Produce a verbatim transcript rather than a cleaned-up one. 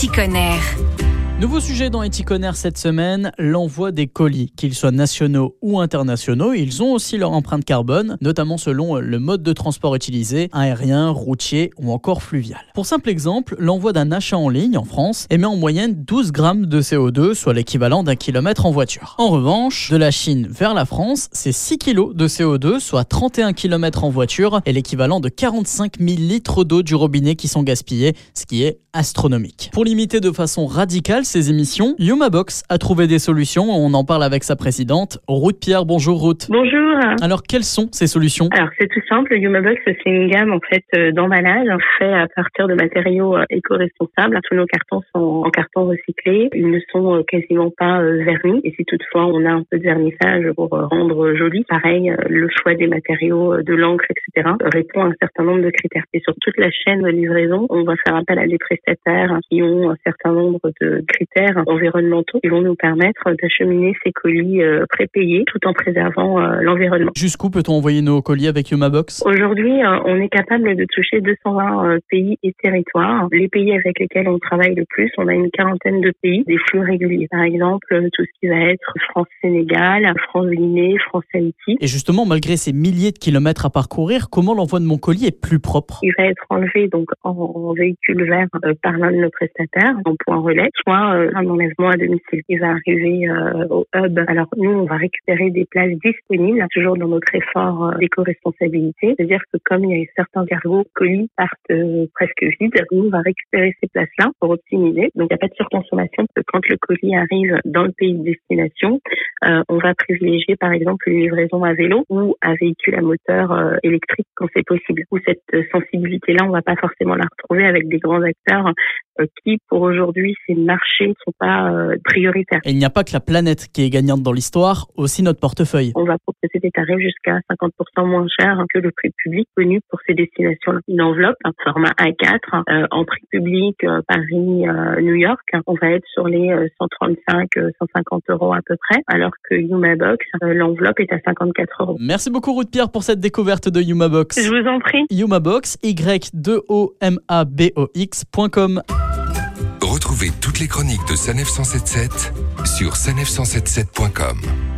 Eticonner. Nouveau sujet dans Eticonner cette semaine, l'envoi des colis. Qu'ils soient nationaux ou internationaux, ils ont aussi leur empreinte carbone, notamment selon le mode de transport utilisé, aérien, routier ou encore fluvial. Pour simple exemple, l'envoi d'un achat en ligne en France émet en moyenne douze grammes de C O deux, soit l'équivalent d'un kilomètre en voiture. En revanche, de la Chine vers la France, c'est six kilos de C O deux, soit trente et un kilomètres en voiture, et l'équivalent de quarante-cinq mille litres d'eau du robinet qui sont gaspillés, ce qui est astronomique. Pour limiter de façon radicale ces émissions, Yumabox a trouvé des solutions. On en parle avec sa présidente, Ruth Pierre. Bonjour Ruth. Bonjour. Alors quelles sont ces solutions? Alors c'est tout simple. Yumabox, c'est une gamme en fait d'emballage fait à partir de matériaux éco-responsables. Tous nos cartons sont en carton recyclé. Ils ne sont quasiment pas vernis. Et si toutefois on a un peu de vernissage pour rendre joli, pareil, le choix des matériaux, de l'encre, et cetera répond à un certain nombre de critères. Et sur toute la chaîne de livraison, on va faire appel à des prestataires qui ont un certain nombre de critères environnementaux qui vont nous permettre d'acheminer ces colis euh, prépayés tout en préservant euh, l'environnement. Jusqu'où peut-on envoyer nos colis avec Yumabox? Aujourd'hui, euh, on est capable de toucher deux cent vingt euh, pays et territoires. Les pays avec lesquels on travaille le plus, on a une quarantaine de pays, des flux réguliers. Par exemple, tout ce qui va être France-Sénégal, France-Guinée, France-Haïti. Et justement, malgré ces milliers de kilomètres à parcourir, comment l'envoi de mon colis est plus propre? Il va être enlevé donc en, en véhicule vert euh, par l'un de nos prestataires, en point relais, soit euh, un enlèvement à domicile. Il va arriver euh, au hub. Alors nous, on va récupérer des places disponibles, toujours dans notre effort euh, d'éco-responsabilité. C'est-à-dire que comme il y a certains cargos, colis partent euh, presque vides, nous, on va récupérer ces places-là pour optimiser. Donc il n'y a pas de surconsommation. Quand le colis arrive dans le pays de destination, euh, on va privilégier par exemple une livraison à vélo ou à véhicule à moteur euh, électrique quand c'est possible. Ou cette euh, sensibilité-là, on va pas forcément la retrouver avec des grands acteurs euh, qui, pour aujourd'hui, ces marchés ne sont pas euh, prioritaires. Et il n'y a pas que la planète qui est gagnante dans l'histoire, aussi notre portefeuille. On va proposer des tarifs jusqu'à cinquante pour cent moins chers que le prix public connu pour ces destinations-là. Une enveloppe, un format A quatre, euh, en prix public euh, Paris, euh, New York, on va être sur les euh, cent trente-cinq, cent cinquante euros à peu près, alors que Yumabox, euh, l'enveloppe est à cinquante-quatre euros. Merci beaucoup Ruth Pierre pour cette découverte de Yumabox. Je vous en prie. Yumabox, Y deux O M A B O X point com. Retrouvez toutes les chroniques de Sanef cent soixante-dix-sept sur sanef cent soixante-dix-sept point com.